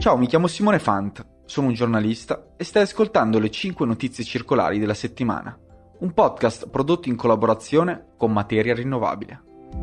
Ciao, mi chiamo Simone Fant, sono un giornalista e stai ascoltando le 5 notizie circolari della settimana, un podcast prodotto in collaborazione con Materia Rinnovabile.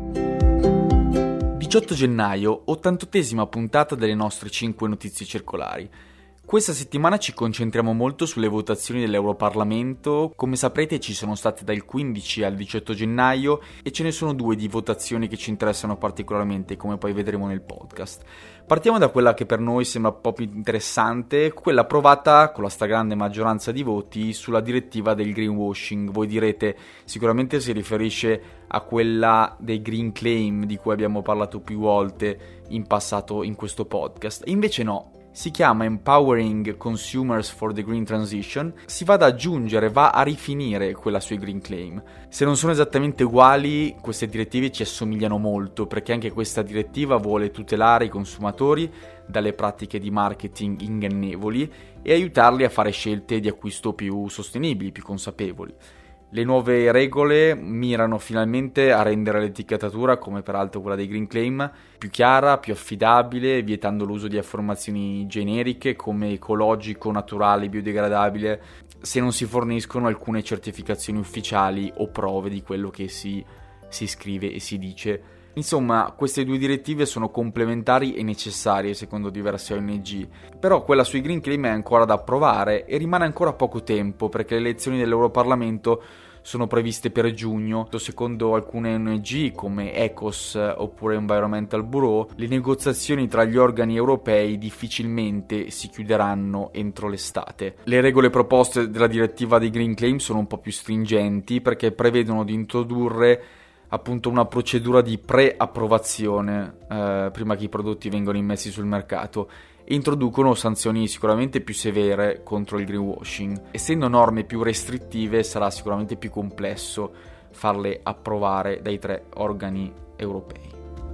18 gennaio, 88esima puntata delle nostre 5 notizie circolari. Questa settimana ci concentriamo molto sulle votazioni dell'Europarlamento. Come saprete ci sono state dal 15 al 18 gennaio e ce ne sono 2 di votazioni che ci interessano particolarmente, come poi vedremo nel podcast. Partiamo da quella che per noi sembra un po' più interessante, quella approvata con la stragrande maggioranza di voti sulla direttiva del greenwashing. Voi direte, sicuramente si riferisce a quella dei green claim di cui abbiamo parlato più volte in passato in questo podcast. E invece no. Si chiama Empowering Consumers for the Green Transition, si va ad aggiungere, va a rifinire quella sui green claim. Se non sono esattamente uguali, queste direttive ci assomigliano molto, perché anche questa direttiva vuole tutelare i consumatori dalle pratiche di marketing ingannevoli e aiutarli a fare scelte di acquisto più sostenibili, più consapevoli. Le nuove regole mirano finalmente a rendere l'etichettatura, come peraltro quella dei green claim, più chiara, più affidabile, vietando l'uso di affermazioni generiche come ecologico, naturale, biodegradabile, se non si forniscono alcune certificazioni ufficiali o prove di quello che si scrive e si dice. Insomma, queste 2 direttive sono complementari e necessarie secondo diverse ONG, però quella sui green claim è ancora da approvare e rimane ancora poco tempo perché le elezioni dell'Europarlamento sono previste per giugno. Secondo alcune ONG come ECOS oppure Environmental Bureau, le negoziazioni tra gli organi europei difficilmente si chiuderanno entro l'estate. Le regole proposte della direttiva dei green claim sono un po' più stringenti perché prevedono di introdurre appunto una procedura di pre-approvazione prima che i prodotti vengano immessi sul mercato e introducono sanzioni sicuramente più severe contro il greenwashing. Essendo norme più restrittive sarà sicuramente più complesso farle approvare dai 3 organi europei.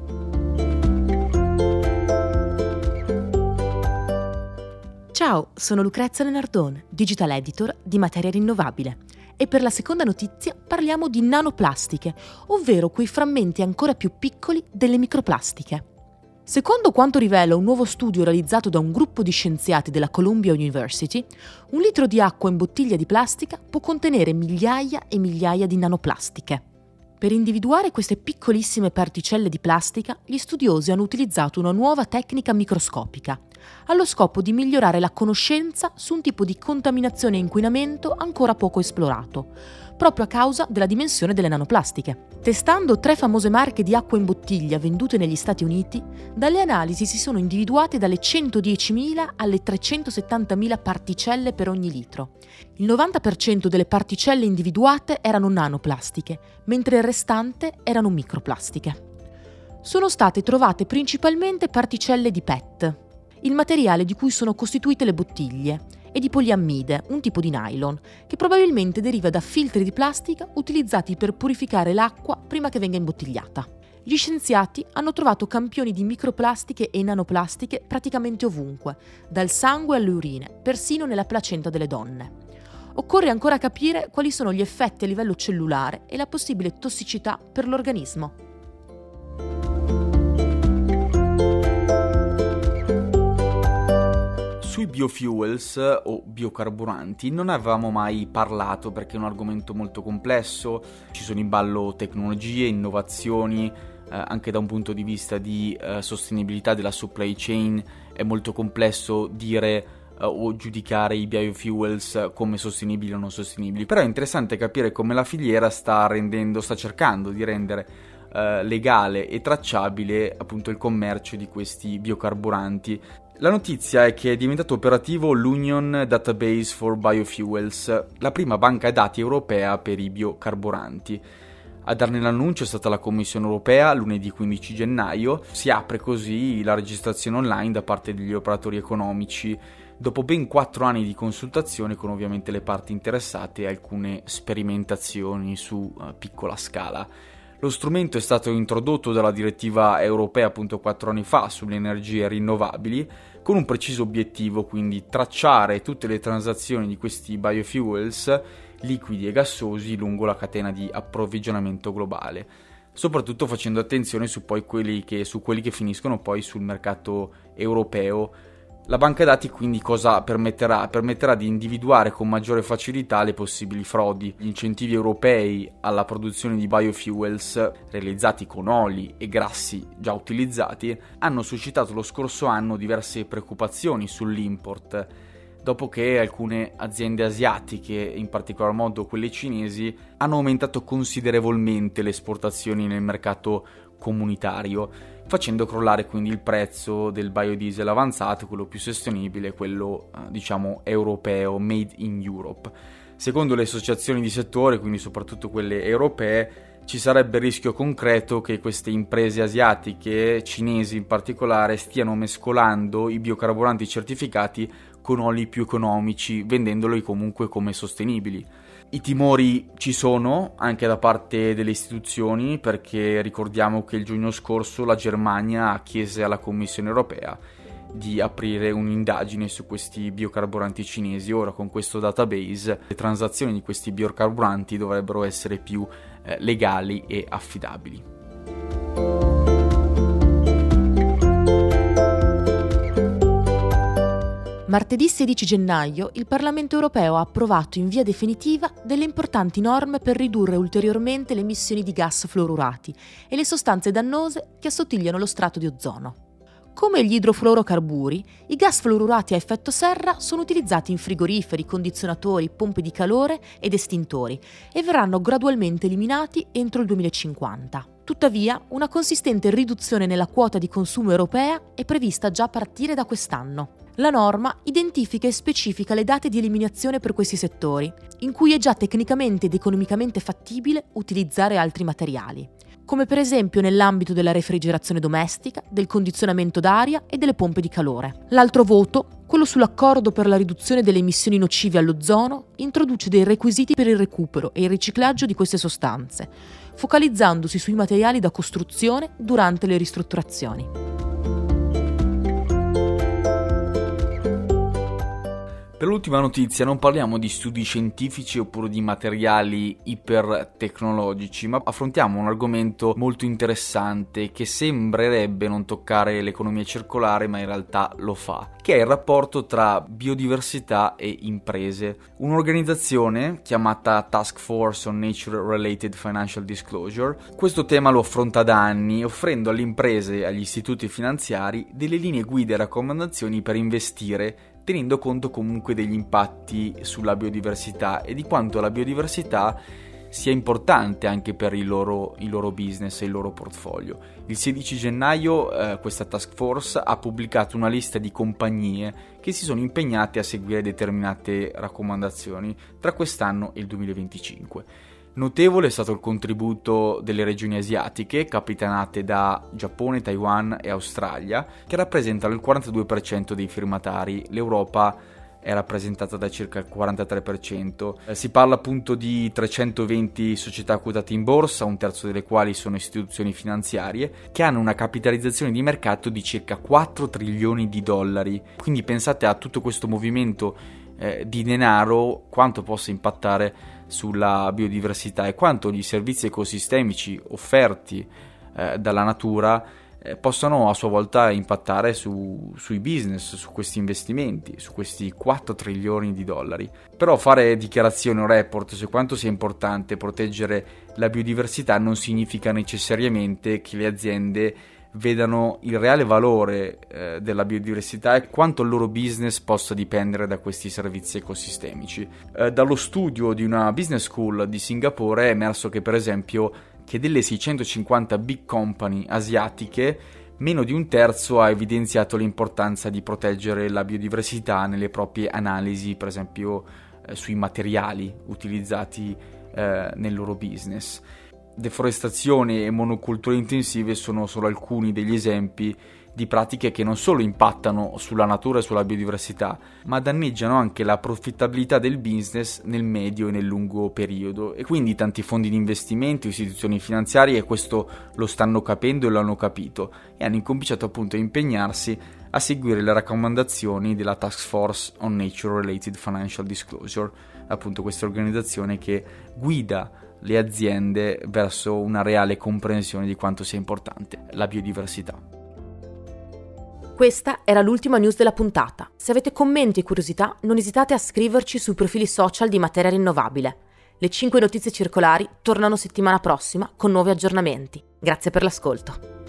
Ciao, sono Lucrezia Lenardone, Digital Editor di Materia Rinnovabile. E per la seconda notizia parliamo di nanoplastiche, ovvero quei frammenti ancora più piccoli delle microplastiche. Secondo quanto rivela un nuovo studio realizzato da un gruppo di scienziati della Columbia University, 1 litro di acqua in bottiglia di plastica può contenere migliaia e migliaia di nanoplastiche. Per individuare queste piccolissime particelle di plastica, gli studiosi hanno utilizzato una nuova tecnica microscopica, allo scopo di migliorare la conoscenza su un tipo di contaminazione e inquinamento ancora poco esplorato, proprio a causa della dimensione delle nanoplastiche. Testando 3 famose marche di acqua in bottiglia vendute negli Stati Uniti, dalle analisi si sono individuate dalle 110.000 alle 370.000 particelle per ogni litro. Il 90% delle particelle individuate erano nanoplastiche, mentre il restante erano microplastiche. Sono state trovate principalmente particelle di PET, il materiale di cui sono costituite le bottiglie, e di poliammide, un tipo di nylon, che probabilmente deriva da filtri di plastica utilizzati per purificare l'acqua prima che venga imbottigliata. Gli scienziati hanno trovato campioni di microplastiche e nanoplastiche praticamente ovunque, dal sangue alle urine, persino nella placenta delle donne. Occorre ancora capire quali sono gli effetti a livello cellulare e la possibile tossicità per l'organismo. Sui biofuels o biocarburanti non avevamo mai parlato perché è un argomento molto complesso, ci sono in ballo tecnologie, innovazioni, anche da un punto di vista di sostenibilità della supply chain è molto complesso dire o giudicare i biofuels come sostenibili o non sostenibili, però è interessante capire come la filiera sta cercando di rendere legale e tracciabile appunto il commercio di questi biocarburanti. La notizia è che è diventato operativo l'Union Database for Biofuels, la prima banca dati europea per i biocarburanti. A darne l'annuncio è stata la Commissione europea lunedì 15 gennaio. Si apre così la registrazione online da parte degli operatori economici, dopo ben 4 anni di consultazione con ovviamente le parti interessate e alcune sperimentazioni su piccola scala. Lo strumento è stato introdotto dalla direttiva europea appunto 4 anni fa sulle energie rinnovabili, con un preciso obiettivo, quindi tracciare tutte le transazioni di questi biofuels liquidi e gassosi lungo la catena di approvvigionamento globale, soprattutto facendo attenzione su quelli che finiscono poi sul mercato europeo La banca dati quindi cosa permetterà? Permetterà di individuare con maggiore facilità le possibili frodi. Gli incentivi europei alla produzione di biofuels realizzati con oli e grassi già utilizzati hanno suscitato lo scorso anno diverse preoccupazioni sull'import, dopo che alcune aziende asiatiche, in particolar modo quelle cinesi, hanno aumentato considerevolmente le esportazioni nel mercato comunitario, facendo crollare quindi il prezzo del biodiesel avanzato, quello più sostenibile, quello europeo, made in Europe. Secondo le associazioni di settore, quindi soprattutto quelle europee, ci sarebbe il rischio concreto che queste imprese asiatiche, cinesi in particolare, stiano mescolando i biocarburanti certificati con oli più economici, vendendoli comunque come sostenibili. I timori ci sono anche da parte delle istituzioni, perché ricordiamo che il giugno scorso la Germania chiese alla Commissione europea di aprire un'indagine su questi biocarburanti cinesi. Ora con questo database le transazioni di questi biocarburanti dovrebbero essere più legali e affidabili. Martedì 16 gennaio il Parlamento europeo ha approvato in via definitiva delle importanti norme per ridurre ulteriormente le emissioni di gas fluorurati e le sostanze dannose che assottigliano lo strato di ozono. Come gli idrofluorocarburi, i gas fluorurati a effetto serra sono utilizzati in frigoriferi, condizionatori, pompe di calore ed estintori e verranno gradualmente eliminati entro il 2050. Tuttavia, una consistente riduzione nella quota di consumo europea è prevista già a partire da quest'anno. La norma identifica e specifica le date di eliminazione per questi settori, in cui è già tecnicamente ed economicamente fattibile utilizzare altri materiali, come per esempio nell'ambito della refrigerazione domestica, del condizionamento d'aria e delle pompe di calore. L'altro voto, quello sull'accordo per la riduzione delle emissioni nocive all'ozono, introduce dei requisiti per il recupero e il riciclaggio di queste sostanze, focalizzandosi sui materiali da costruzione durante le ristrutturazioni. Per l'ultima notizia non parliamo di studi scientifici oppure di materiali ipertecnologici, ma affrontiamo un argomento molto interessante che sembrerebbe non toccare l'economia circolare, ma in realtà lo fa, che è il rapporto tra biodiversità e imprese. Un'organizzazione chiamata Task Force on Nature Related Financial Disclosure questo tema lo affronta da anni, offrendo alle imprese e agli istituti finanziari delle linee guida e raccomandazioni per investire, tenendo conto comunque degli impatti sulla biodiversità e di quanto la biodiversità sia importante anche per il loro business e il loro portfolio. Il 16 gennaio questa task force ha pubblicato una lista di compagnie che si sono impegnate a seguire determinate raccomandazioni tra quest'anno e il 2025. Notevole è stato il contributo delle regioni asiatiche, capitanate da Giappone, Taiwan e Australia, che rappresentano il 42% dei firmatari. L'Europa è rappresentata da circa il 43%. Si parla appunto di 320 società quotate in borsa, un terzo delle quali sono istituzioni finanziarie, che hanno una capitalizzazione di mercato di circa 4 trilioni di dollari. Quindi pensate a tutto questo movimento di denaro, quanto possa impattare sulla biodiversità e quanto gli servizi ecosistemici offerti dalla natura possano a sua volta impattare sui business, su questi investimenti, su questi 4 trilioni di dollari. Però fare dichiarazioni o report su quanto sia importante proteggere la biodiversità non significa necessariamente che le aziende vedano il reale valore della biodiversità e quanto il loro business possa dipendere da questi servizi ecosistemici. Dallo studio di una business school di Singapore è emerso che per esempio che delle 650 big company asiatiche meno di un terzo ha evidenziato l'importanza di proteggere la biodiversità nelle proprie analisi, per esempio sui materiali utilizzati nel loro business. Deforestazione e monoculture intensive sono solo alcuni degli esempi di pratiche che non solo impattano sulla natura e sulla biodiversità, ma danneggiano anche la profittabilità del business nel medio e nel lungo periodo. E quindi tanti fondi di investimento, istituzioni finanziarie questo lo stanno capendo e lo hanno capito e hanno incominciato appunto a impegnarsi a seguire le raccomandazioni della Task Force on Nature Related Financial Disclosure, appunto questa organizzazione che guida le aziende verso una reale comprensione di quanto sia importante la biodiversità. Questa era l'ultima news della puntata. Se avete commenti e curiosità, non esitate a scriverci sui profili social di Materia Rinnovabile. Le 5 notizie circolari tornano settimana prossima con nuovi aggiornamenti. Grazie per l'ascolto.